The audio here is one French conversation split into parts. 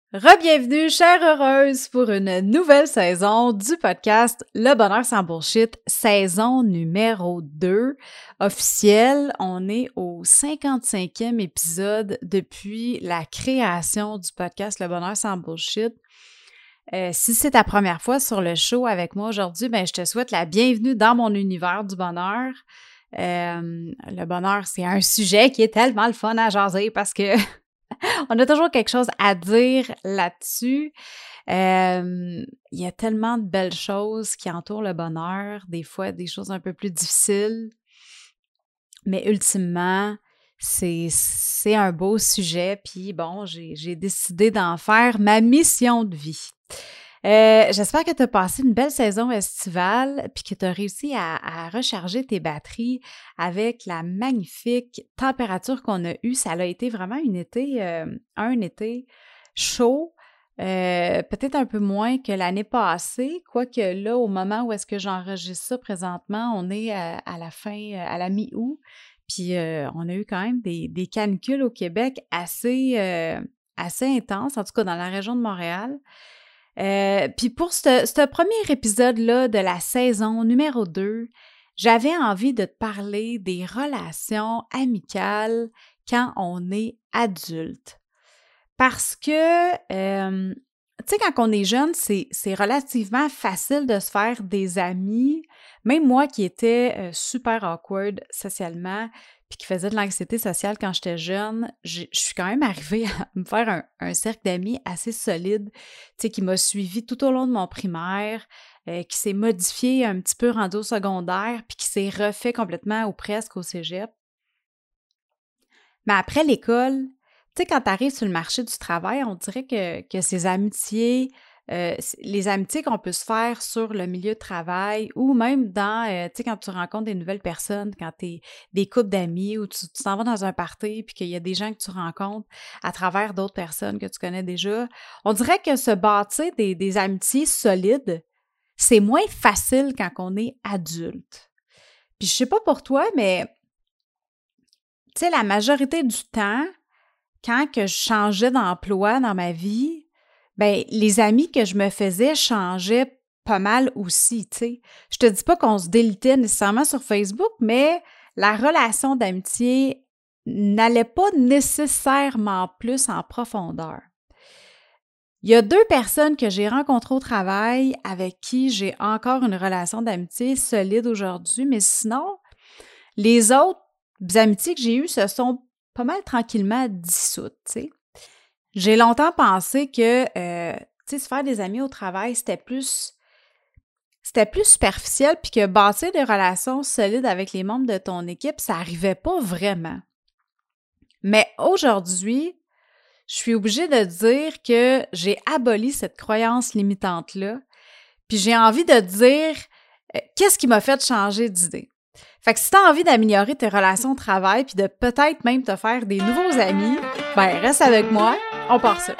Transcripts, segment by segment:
Rebienvenue, chère heureuse, pour une nouvelle saison du podcast Le Bonheur sans Bullshit, saison numéro 2, officielle. On est au 55e épisode depuis la création du podcast Le Bonheur sans Bullshit. Si c'est ta première fois sur le show avec moi aujourd'hui, je te souhaite la bienvenue dans mon univers du bonheur. Le bonheur, c'est un sujet qui est tellement le fun à jaser parce que on a toujours quelque chose à dire là-dessus. Il y a tellement de belles choses qui entourent le bonheur, des fois des choses un peu plus difficiles, mais ultimement, c'est un beau sujet, puis bon, j'ai décidé d'en faire ma mission de vie. J'espère que tu as passé une belle saison estivale puis que tu as réussi à recharger tes batteries avec la magnifique température qu'on a eue. Ça a été vraiment un été chaud, peut-être un peu moins que l'année passée, quoique là, au moment où est-ce que j'enregistre ça présentement, on est à la fin, à la mi-août, puis on a eu quand même des canicules au Québec assez intenses, en tout cas dans la région de Montréal. Puis pour ce premier épisode-là de la saison numéro 2, j'avais envie de te parler des relations amicales quand on est adulte. Parce que, tu sais, quand on est jeune, c'est relativement facile de se faire des amis. Même moi qui étais super awkward socialement, puis qui faisait de l'anxiété sociale quand j'étais jeune, je suis quand même arrivée à me faire un cercle d'amis assez solide, tu sais, qui m'a suivi tout au long de mon primaire, qui s'est modifié un petit peu rendu au secondaire, puis qui s'est refait complètement ou presque au cégep. Mais après l'école, tu sais, quand tu arrives sur le marché du travail, on dirait que ces amitiés, les amitiés qu'on peut se faire sur le milieu de travail ou même dans, tu sais, quand tu rencontres des nouvelles personnes, quand tu es des couples d'amis ou tu t'en vas dans un party puis qu'il y a des gens que tu rencontres à travers d'autres personnes que tu connais déjà, on dirait que se bâtir des amitiés solides, c'est moins facile quand on est adulte. Puis je sais pas pour toi, mais tu sais, la majorité du temps, quand que je changeais d'emploi dans ma vie, les amis que je me faisais changeaient pas mal aussi, tu sais. Je te dis pas qu'on se délitait nécessairement sur Facebook, mais la relation d'amitié n'allait pas nécessairement plus en profondeur. Il y a 2 personnes que j'ai rencontrées au travail avec qui j'ai encore une relation d'amitié solide aujourd'hui, mais sinon, les autres amitiés que j'ai eues se sont pas mal tranquillement dissoutes, tu sais. J'ai longtemps pensé que, tu sais, se faire des amis au travail, c'était plus superficiel, puis que bâtir des relations solides avec les membres de ton équipe, ça n'arrivait pas vraiment. Mais aujourd'hui, je suis obligée de dire que j'ai aboli cette croyance limitante-là, puis j'ai envie de dire qu'est-ce qui m'a fait changer d'idée. Fait que si tu as envie d'améliorer tes relations de travail puis de peut-être même te faire des nouveaux amis, reste avec moi, on part ça.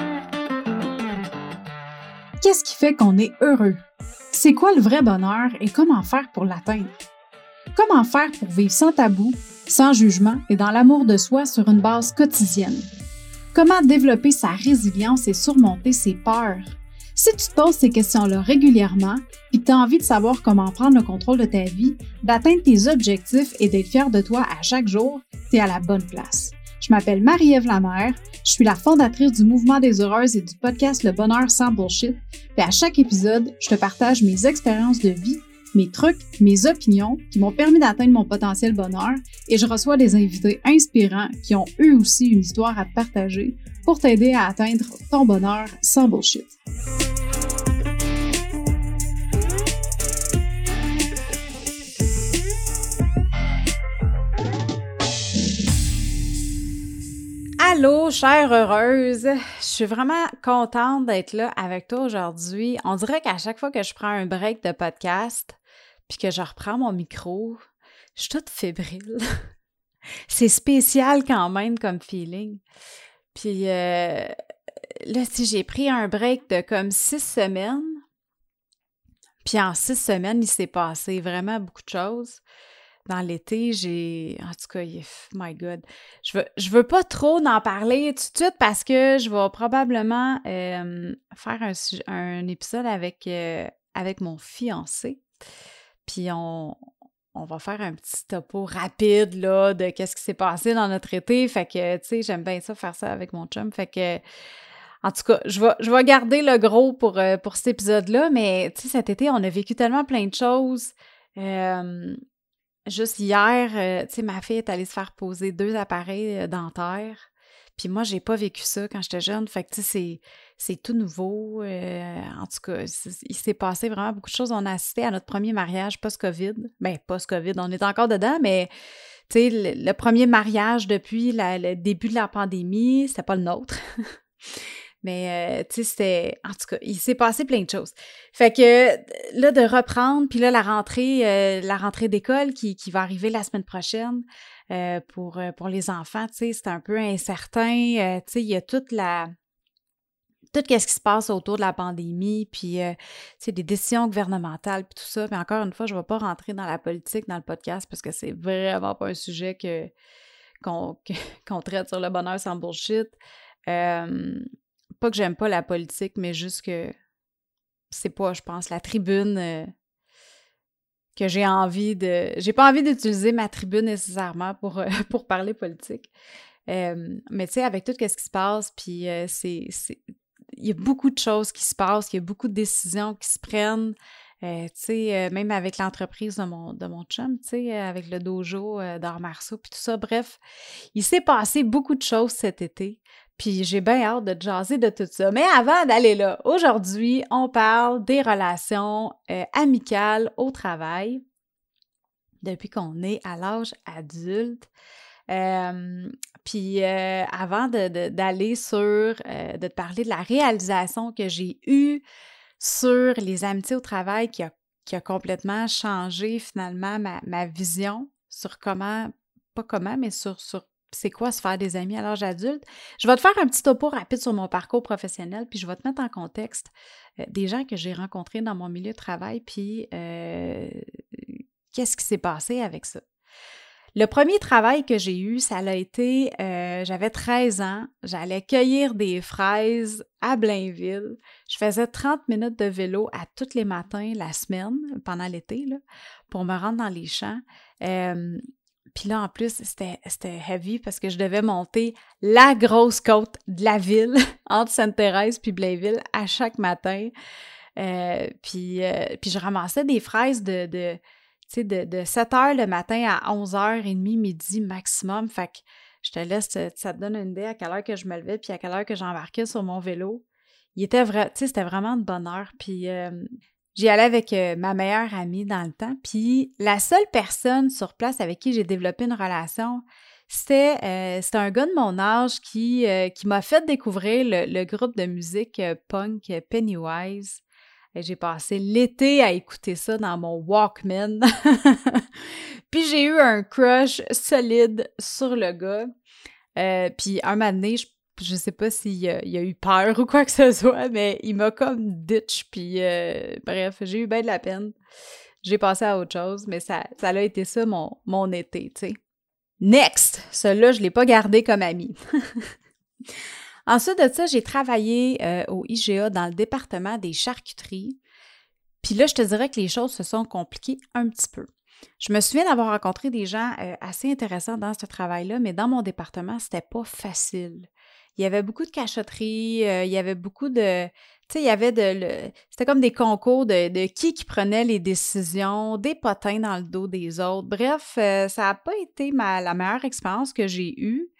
Qu'est-ce qui fait qu'on est heureux? C'est quoi le vrai bonheur et comment faire pour l'atteindre? Comment faire pour vivre sans tabou, sans jugement et dans l'amour de soi sur une base quotidienne? Comment développer sa résilience et surmonter ses peurs? Si tu te poses ces questions-là régulièrement et que tu as envie de savoir comment prendre le contrôle de ta vie, d'atteindre tes objectifs et d'être fier de toi à chaque jour, tu es à la bonne place. Je m'appelle Marie-Ève Lamère, je suis la fondatrice du Mouvement des Heureuses et du podcast Le Bonheur sans Bullshit. Puis à chaque épisode, je te partage mes expériences de vie, mes trucs, mes opinions qui m'ont permis d'atteindre mon potentiel bonheur et je reçois des invités inspirants qui ont eux aussi une histoire à te partager pour t'aider à atteindre ton bonheur sans bullshit. Allô, chère heureuse! Je suis vraiment contente d'être là avec toi aujourd'hui. On dirait qu'à chaque fois que je prends un break de podcast puis que je reprends mon micro, je suis toute fébrile. C'est spécial quand même comme feeling. Puis là, si j'ai pris un break de comme 6 semaines, puis en 6 semaines, il s'est passé vraiment beaucoup de choses. dans l'été, en tout cas, my God, je veux pas trop en parler tout de suite parce que je vais probablement faire un épisode avec mon fiancé. Puis on va faire un petit topo rapide, là, de qu'est-ce qui s'est passé dans notre été. Fait que, tu sais, j'aime bien ça, faire ça avec mon chum. Fait que, en tout cas, je vais garder le gros pour cet épisode-là, mais, tu sais, cet été, on a vécu tellement plein de choses. Juste hier, tu sais, ma fille est allée se faire poser 2 appareils dentaires. Puis moi, j'ai pas vécu ça quand j'étais jeune. Fait que, tu sais, c'est tout nouveau. En tout cas, il s'est passé vraiment beaucoup de choses. On a assisté à notre premier mariage post-COVID. Ben, post-COVID, on est encore dedans, mais, tu sais, le premier mariage depuis le début de la pandémie, c'était pas le nôtre. Mais, tu sais, c'était... En tout cas, il s'est passé plein de choses. Fait que, là, de reprendre, puis là, la rentrée d'école qui va arriver la semaine prochaine pour les enfants, tu sais, c'est un peu incertain. Tu sais, il y a tout ce qui se passe autour de la pandémie, puis, tu sais, des décisions gouvernementales, puis tout ça. Mais encore une fois, je ne vais pas rentrer dans la politique dans le podcast parce que c'est vraiment pas un sujet qu'on traite sur le bonheur sans bullshit. Pas que j'aime pas la politique, mais juste que c'est pas, je pense, la tribune que j'ai envie de... J'ai pas envie d'utiliser ma tribune nécessairement pour parler politique. Mais tu sais, avec tout ce qui se passe, puis il y a beaucoup de choses qui se passent, il y a beaucoup de décisions qui se prennent. Tu sais, même avec l'entreprise de mon chum, tu sais, avec le dojo d'arts martiaux, puis tout ça. Bref, il s'est passé beaucoup de choses cet été. Puis j'ai bien hâte de te jaser de tout ça. Mais avant d'aller là, aujourd'hui, on parle des relations amicales au travail depuis qu'on est à l'âge adulte. Puis avant d'aller de te parler de la réalisation que j'ai eue sur les amitiés au travail qui a complètement changé finalement ma vision sur mais sur c'est quoi se faire des amis à l'âge adulte. Je vais te faire un petit topo rapide sur mon parcours professionnel, puis je vais te mettre en contexte des gens que j'ai rencontrés dans mon milieu de travail, puis qu'est-ce qui s'est passé avec ça. Le premier travail que j'ai eu, ça a été, j'avais 13 ans, j'allais cueillir des fraises à Blainville. Je faisais 30 minutes de vélo à tous les matins la semaine, pendant l'été, là, pour me rendre dans les champs. Puis là, en plus, c'était heavy parce que je devais monter la grosse côte de la ville entre Sainte-Thérèse puis Blainville à chaque matin. Puis je ramassais des fraises de 7 heures le matin à 11h30, midi maximum. Fait que je te laisse, ça te donne une idée à quelle heure que je me levais puis à quelle heure que j'embarquais sur mon vélo. C'était vraiment de bonne heure. Puis j'y allais avec ma meilleure amie dans le temps. Puis la seule personne sur place avec qui j'ai développé une relation, c'était un gars de mon âge qui m'a fait découvrir le groupe de musique punk Pennywise. Et j'ai passé l'été à écouter ça dans mon Walkman. Puis j'ai eu un crush solide sur le gars. Puis un moment donné, je sais pas s'il a eu peur ou quoi que ce soit, mais il m'a comme ditch. Puis bref, j'ai eu bien de la peine. J'ai passé à autre chose, mais ça a été ça mon été, tu sais. Next! Celui-là, je l'ai pas gardé comme ami. Ensuite de ça, j'ai travaillé au IGA dans le département des charcuteries. Puis là, je te dirais que les choses se sont compliquées un petit peu. Je me souviens d'avoir rencontré des gens assez intéressants dans ce travail-là, mais dans mon département, c'était pas facile. Il y avait beaucoup de cachotteries, il y avait beaucoup de... Tu sais, il y avait c'était comme des concours de qui prenait les décisions, des potins dans le dos des autres. Bref, ça n'a pas été la meilleure expérience que j'ai eue.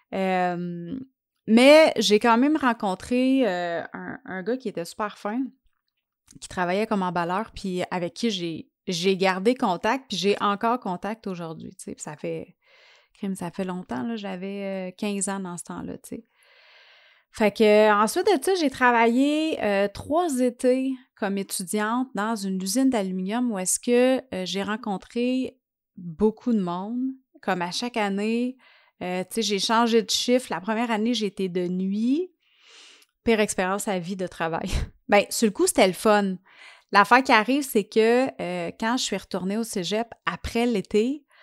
Mais j'ai quand même rencontré un gars qui était super fin, qui travaillait comme emballeur, puis avec qui j'ai gardé contact, puis j'ai encore contact aujourd'hui, tu sais. Ça fait longtemps, là, j'avais 15 ans dans ce temps-là, tu sais. Fait que ensuite de ça, j'ai travaillé 3 étés comme étudiante dans une usine d'aluminium où est-ce que j'ai rencontré beaucoup de monde, comme à chaque année. Tu sais, j'ai changé de chiffre. La première année, j'ai été de nuit. Pire expérience à vie de travail. Bien, sur le coup, c'était le fun. L'affaire qui arrive, c'est que quand je suis retournée au cégep après l'été,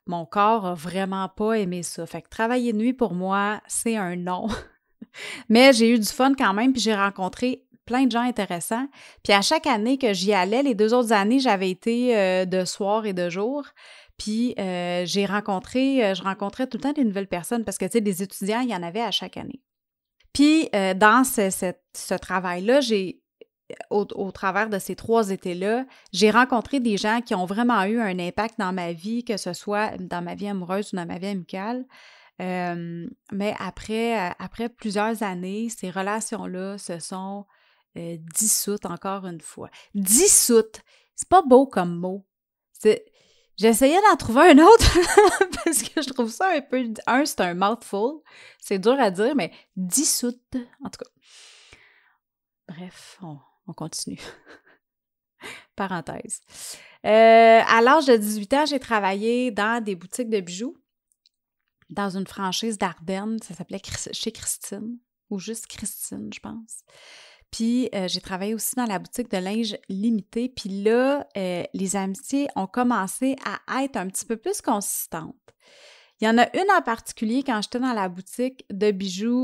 mon corps a vraiment pas aimé ça. Fait que travailler de nuit, pour moi, c'est un non. Mais j'ai eu du fun quand même, puis j'ai rencontré plein de gens intéressants. Puis à chaque année que j'y allais, les 2 autres années, j'avais été de soir et de jour. Puis je rencontrais tout le temps des nouvelles personnes parce que, tu sais, des étudiants, il y en avait à chaque année. Puis dans ce travail-là, au travers de ces 3 étés-là, j'ai rencontré des gens qui ont vraiment eu un impact dans ma vie, que ce soit dans ma vie amoureuse ou dans ma vie amicale. Mais après plusieurs années, ces relations-là se sont dissoutes encore une fois. Dissoutes! C'est pas beau comme mot. J'essayais d'en trouver un autre parce que je trouve ça un peu... c'est un mouthful. C'est dur à dire, mais dissoute. En tout cas. Bref, on continue. Parenthèse. À l'âge de 18 ans, j'ai travaillé dans des boutiques de bijoux, dans une franchise d'Ardennes. Ça s'appelait Chez Christine, ou juste Christine, je pense. Puis, j'ai travaillé aussi dans la boutique de linge limité. Puis là, les amitiés ont commencé à être un petit peu plus consistantes. Il y en a une en particulier quand j'étais dans la boutique de bijoux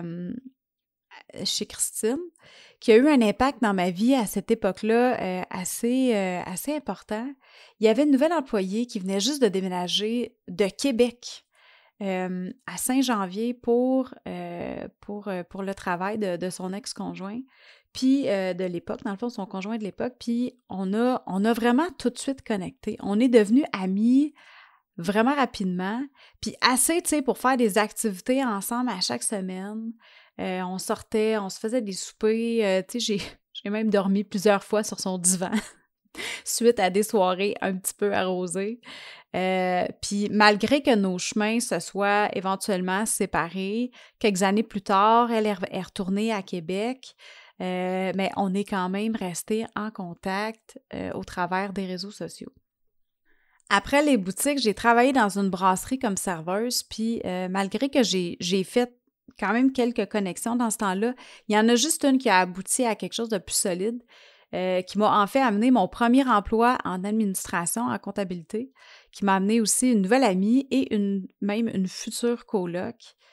chez Christine, qui a eu un impact dans ma vie à cette époque-là assez important. Il y avait une nouvelle employée qui venait juste de déménager de Québec à Saint-Janvier pour le travail de son ex-conjoint, puis de l'époque, dans le fond, son conjoint de l'époque, puis on a vraiment tout de suite connecté. On est devenus amis vraiment rapidement, puis assez, tu sais, pour faire des activités ensemble à chaque semaine. On sortait, on se faisait des soupers, tu sais, j'ai même dormi plusieurs fois sur son divan suite à des soirées un petit peu arrosées. Puis malgré que nos chemins se soient éventuellement séparés, quelques années plus tard, elle est retournée à Québec, mais on est quand même restés en contact au travers des réseaux sociaux. Après les boutiques, j'ai travaillé dans une brasserie comme serveuse, puis malgré que j'ai fait quand même quelques connexions dans ce temps-là, il y en a juste une qui a abouti à quelque chose de plus solide, qui m'a en fait amené mon premier emploi en administration, en comptabilité, qui m'a amené aussi une nouvelle amie et même une future coloc.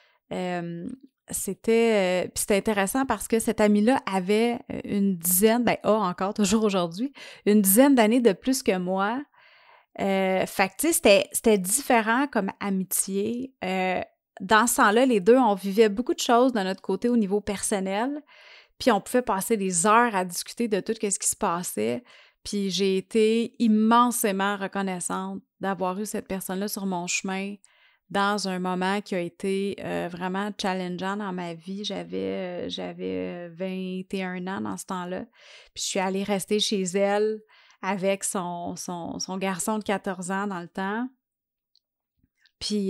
C'était intéressant parce que cette amie-là avait une dizaine, a encore toujours aujourd'hui, une dizaine d'années de plus que moi. Fait que, tu sais, c'était différent comme amitié. Dans ce temps-là, les deux, on vivait beaucoup de choses de notre côté au niveau personnel, puis on pouvait passer des heures à discuter de tout ce qui se passait, puis j'ai été immensément reconnaissante d'avoir eu cette personne-là sur mon chemin dans un moment qui a été vraiment challengeant dans ma vie. J'avais 21 ans dans ce temps-là, puis je suis allée rester chez elle avec son garçon de 14 ans dans le temps. Puis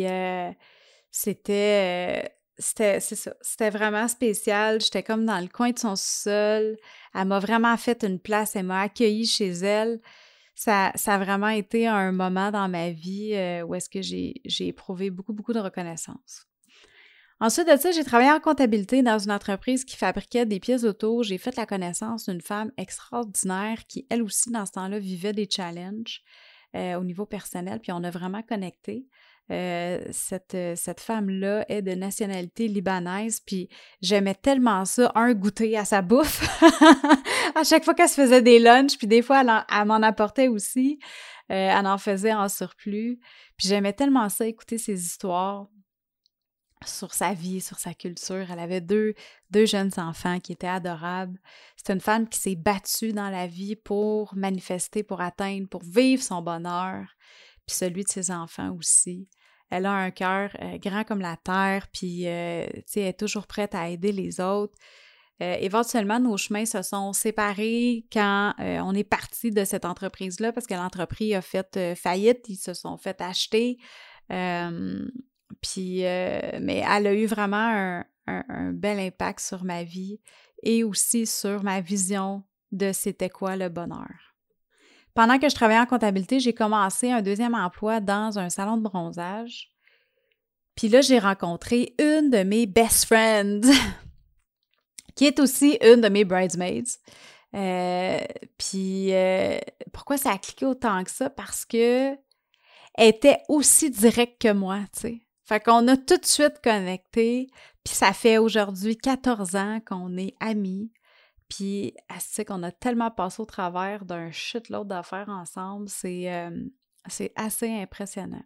c'est ça, c'était vraiment spécial. J'étais comme dans le coin de son sous-sol. Elle m'a vraiment fait une place, elle m'a accueillie chez elle. Ça a vraiment été un moment dans ma vie où est-ce que j'ai éprouvé beaucoup, beaucoup de reconnaissance. Ensuite de ça, j'ai travaillé en comptabilité dans une entreprise qui fabriquait des pièces auto. J'ai fait la connaissance d'une femme extraordinaire qui, elle aussi, dans ce temps-là, vivait des challenges au niveau personnel, puis on a vraiment connecté. Cette femme-là est de nationalité libanaise, puis j'aimais tellement ça, goûter à sa bouffe. À chaque fois qu'elle se faisait des lunchs, puis des fois, elle m'en apportait aussi. Elle en faisait en surplus. Puis j'aimais tellement ça, écouter ses histoires sur sa vie, sur sa culture. Elle avait deux jeunes enfants qui étaient adorables. C'est une femme qui s'est battue dans la vie pour manifester, pour atteindre, pour vivre son bonheur, puis celui de ses enfants aussi. Elle a un cœur grand comme la terre, puis tu sais, elle est toujours prête à aider les autres. Éventuellement, nos chemins se sont séparés quand on est parti de cette entreprise-là parce que l'entreprise a fait faillite, ils se sont fait acheter. Puis, mais elle a eu vraiment un bel impact sur ma vie et aussi sur ma vision de c'était quoi le bonheur. Pendant que je travaillais en comptabilité, j'ai commencé un deuxième emploi dans un salon de bronzage. Puis là, j'ai rencontré une de mes best friends, qui est aussi une de mes bridesmaids. Puis pourquoi ça a cliqué autant que ça? Parce que était aussi direct que moi, tu sais. Fait qu'on a tout de suite connecté, puis ça fait aujourd'hui 14 ans qu'on est amis, puis c'est qu'on a tellement passé au travers d'un shitload d'affaires ensemble, c'est assez impressionnant.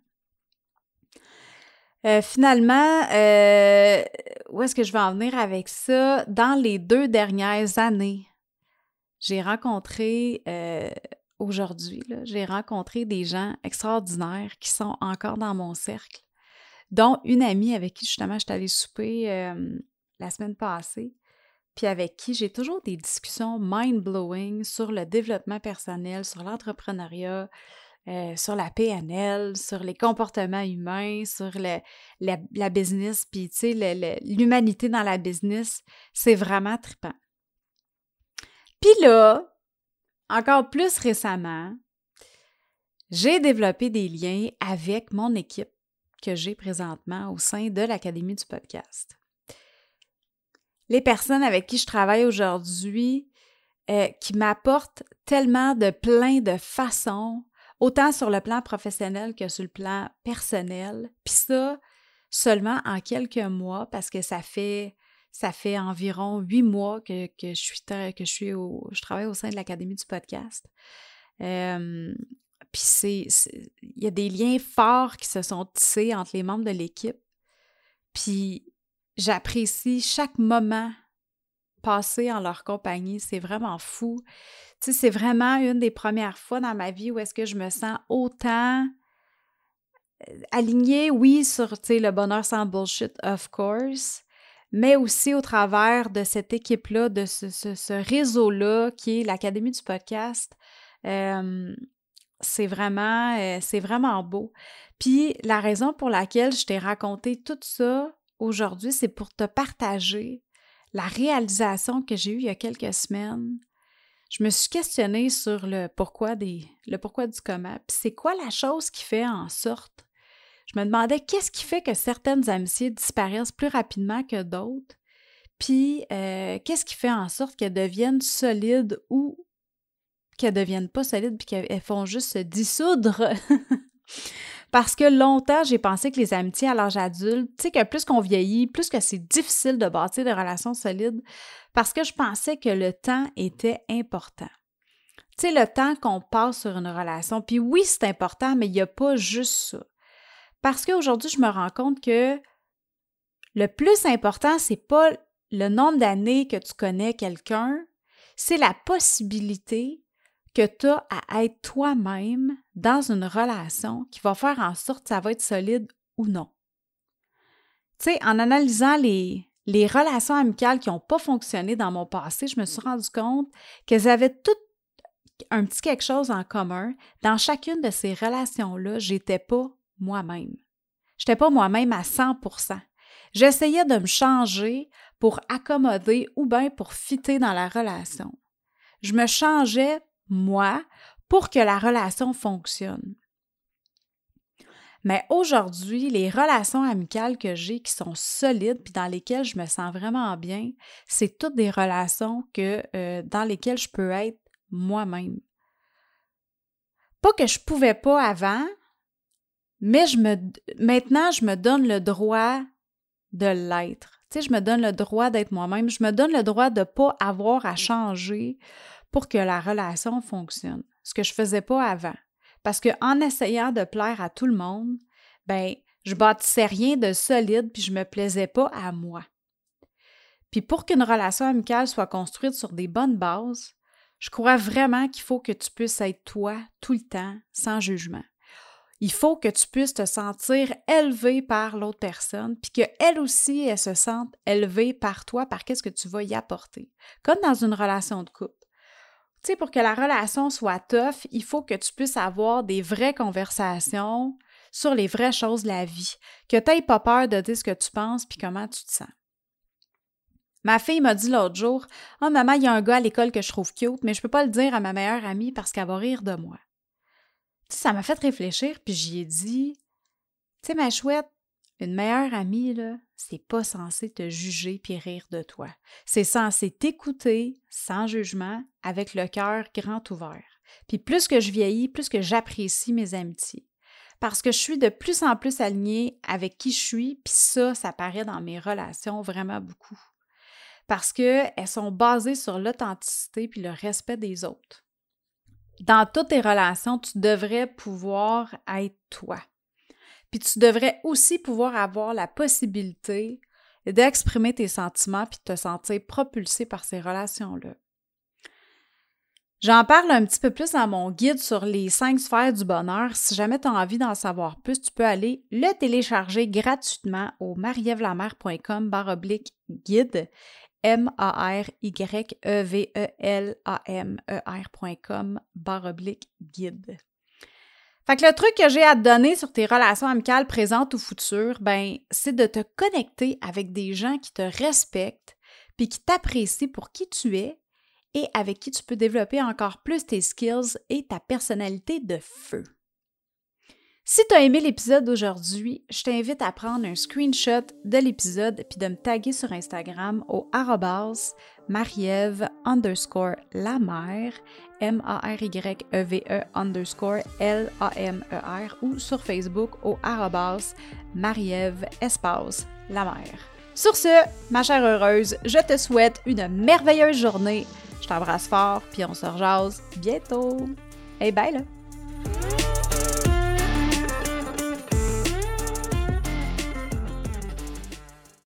Finalement, où est-ce que je vais en venir avec ça? Dans les 2 dernières années, j'ai rencontré, aujourd'hui, là, j'ai rencontré des gens extraordinaires qui sont encore dans mon cercle, dont une amie avec qui justement je suis allée souper la semaine passée, puis avec qui j'ai toujours des discussions mind-blowing sur le développement personnel, sur l'entrepreneuriat, sur la PNL, sur les comportements humains, sur la business, puis tu sais, l'humanité dans la business. C'est vraiment trippant. Puis là, encore plus récemment, j'ai développé des liens avec mon équipe que j'ai présentement au sein de l'Académie du podcast. Les personnes avec qui je travaille aujourd'hui, qui m'apportent tellement de plein de façons, autant sur le plan professionnel que sur le plan personnel. Puis ça, seulement en quelques mois, parce que ça fait environ 8 mois que je travaille au sein de l'Académie du podcast. Puis il y a des liens forts qui se sont tissés entre les membres de l'équipe. Puis j'apprécie chaque moment passé en leur compagnie. C'est vraiment fou. Tu sais, c'est vraiment une des premières fois dans ma vie où est-ce que je me sens autant alignée, oui, sur, tu sais, le bonheur sans bullshit, of course, mais aussi au travers de cette équipe-là, de ce réseau-là qui est l'Académie du podcast. C'est vraiment beau. Puis la raison pour laquelle je t'ai raconté tout ça aujourd'hui, c'est pour te partager la réalisation que j'ai eue il y a quelques semaines. Je me suis questionnée sur le pourquoi du comment. Puis c'est quoi la chose qui fait en sorte? Je me demandais qu'est-ce qui fait que certaines amitiés disparaissent plus rapidement que d'autres? Puis qu'est-ce qui fait en sorte qu'elles deviennent solides ou qu'elles ne deviennent pas solides puis qu'elles font juste se dissoudre? Parce que longtemps, j'ai pensé que les amitiés à l'âge adulte, tu sais, que plus qu'on vieillit, plus que c'est difficile de bâtir des relations solides, parce que je pensais que le temps était important. Tu sais, le temps qu'on passe sur une relation, puis oui, c'est important, mais il n'y a pas juste ça. Parce qu'aujourd'hui, je me rends compte que le plus important, c'est pas le nombre d'années que tu connais quelqu'un, c'est la possibilité que tu as à être toi-même dans une relation qui va faire en sorte que ça va être solide ou non. Tu sais, en analysant les relations amicales qui n'ont pas fonctionné dans mon passé, je me suis rendu compte qu'elles avaient toutes un petit quelque chose en commun. Dans chacune de ces relations-là, j'étais pas moi-même. J'étais pas moi-même à 100%. J'essayais de me changer pour accommoder ou bien pour fitter dans la relation. Je me changeais moi, pour que la relation fonctionne. Mais aujourd'hui, les relations amicales que j'ai qui sont solides puis dans lesquelles je me sens vraiment bien, c'est toutes des relations dans lesquelles je peux être moi-même. Pas que je pouvais pas avant, mais maintenant, je me donne le droit de l'être. Tu sais, je me donne le droit d'être moi-même. Je me donne le droit de ne pas avoir à changer pour que la relation fonctionne. Ce que je faisais pas avant. Parce qu'en essayant de plaire à tout le monde, ben, je bâtissais rien de solide puis je me plaisais pas à moi. Puis pour qu'une relation amicale soit construite sur des bonnes bases, je crois vraiment qu'il faut que tu puisses être toi tout le temps, sans jugement. Il faut que tu puisses te sentir élevé par l'autre personne, puis qu'elle aussi, elle se sente élevée par toi, par qu'est-ce que tu vas y apporter. Comme dans une relation de couple. Tu sais, pour que la relation soit tough, il faut que tu puisses avoir des vraies conversations sur les vraies choses de la vie. Que tu n'aies pas peur de dire ce que tu penses puis comment tu te sens. Ma fille m'a dit l'autre jour, « Oh maman, il y a un gars à l'école que je trouve cute, mais je ne peux pas le dire à ma meilleure amie parce qu'elle va rire de moi. » Tu sais, ça m'a fait réfléchir puis j'y ai dit, « Tu sais, ma chouette, une meilleure amie, là, c'est pas censé te juger puis rire de toi. C'est censé t'écouter sans jugement, avec le cœur grand ouvert. Puis plus que je vieillis, plus que j'apprécie mes amitiés. parce que je suis de plus en plus alignée avec qui je suis, puis ça paraît dans mes relations vraiment beaucoup. Parce qu'elles sont basées sur l'authenticité puis le respect des autres. Dans toutes tes relations, tu devrais pouvoir être toi. Puis tu devrais aussi pouvoir avoir la possibilité d'exprimer tes sentiments puis de te sentir propulsé par ces relations-là. J'en parle un petit peu plus dans mon guide sur les 5 sphères du bonheur. Si jamais tu as envie d'en savoir plus, tu peux aller le télécharger gratuitement au marievlamer.com/guide, maryevelamer.com/guide. Fait que le truc que j'ai à te donner sur tes relations amicales présentes ou futures, c'est de te connecter avec des gens qui te respectent puis qui t'apprécient pour qui tu es et avec qui tu peux développer encore plus tes skills et ta personnalité de feu. Si tu as aimé l'épisode d'aujourd'hui, je t'invite à prendre un screenshot de l'épisode puis de me taguer sur Instagram au @marieve_lamer, MARYEVE_LAMER ou sur Facebook au @marieve_lamer. Sur ce, ma chère heureuse, je te souhaite une merveilleuse journée. Je t'embrasse fort, puis on se rejase bientôt. Hey, bye là!